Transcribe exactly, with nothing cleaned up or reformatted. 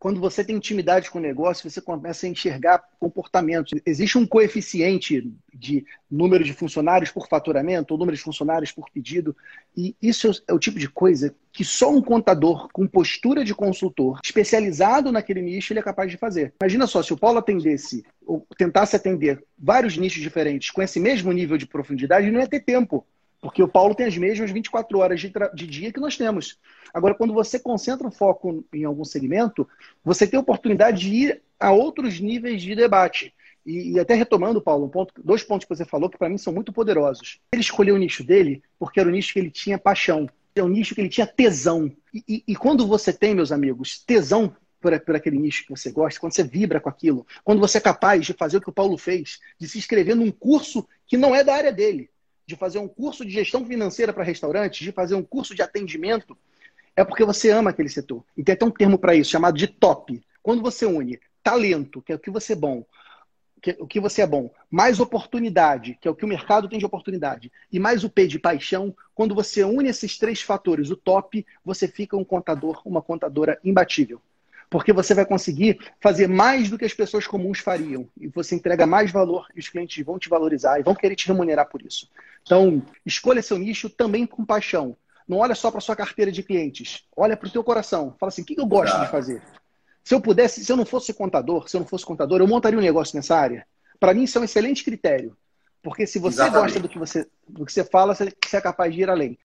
Quando você tem intimidade com o negócio, você começa a enxergar comportamentos. Existe um coeficiente de número de funcionários por faturamento, ou número de funcionários por pedido, e isso é o tipo de coisa que só um contador com postura de consultor, especializado naquele nicho, ele é capaz de fazer. Imagina só, se o Paulo atendesse, ou tentasse atender vários nichos diferentes com esse mesmo nível de profundidade, ele não ia ter tempo. Porque o Paulo tem as mesmas vinte e quatro horas de, de dia que nós temos. Agora, quando você concentra o foco em algum segmento, você tem a oportunidade de ir a outros níveis de debate. E, e até retomando, Paulo, um ponto, dois pontos que você falou que para mim são muito poderosos. Ele escolheu o nicho dele porque era o nicho que ele tinha paixão. É um nicho que ele tinha tesão. E, e, e quando você tem, meus amigos, tesão por, por aquele nicho que você gosta, quando você vibra com aquilo, quando você é capaz de fazer o que o Paulo fez, de se inscrever num curso que não é da área dele, de fazer um curso de gestão financeira para restaurantes, de fazer um curso de atendimento, é porque você ama aquele setor. E tem até um termo para isso, chamado de top. Quando você une talento, que é o que você é bom, que é o que você é bom, mais oportunidade, que é o que o mercado tem de oportunidade, e mais o P de paixão, quando você une esses três fatores, o top, você fica um contador, uma contadora imbatível. Porque você vai conseguir fazer mais do que as pessoas comuns fariam. E você entrega mais valor e os clientes vão te valorizar e vão querer te remunerar por isso. Então, escolha seu nicho também com paixão. Não olha só para sua carteira de clientes. Olha para o teu coração. Fala assim, o que eu gosto de fazer? Se eu pudesse, se eu não fosse contador, se eu não fosse contador, eu montaria um negócio nessa área. Para mim, isso é um excelente critério. Porque se você Exatamente. gosta do que você, do que você fala, você é capaz de ir além.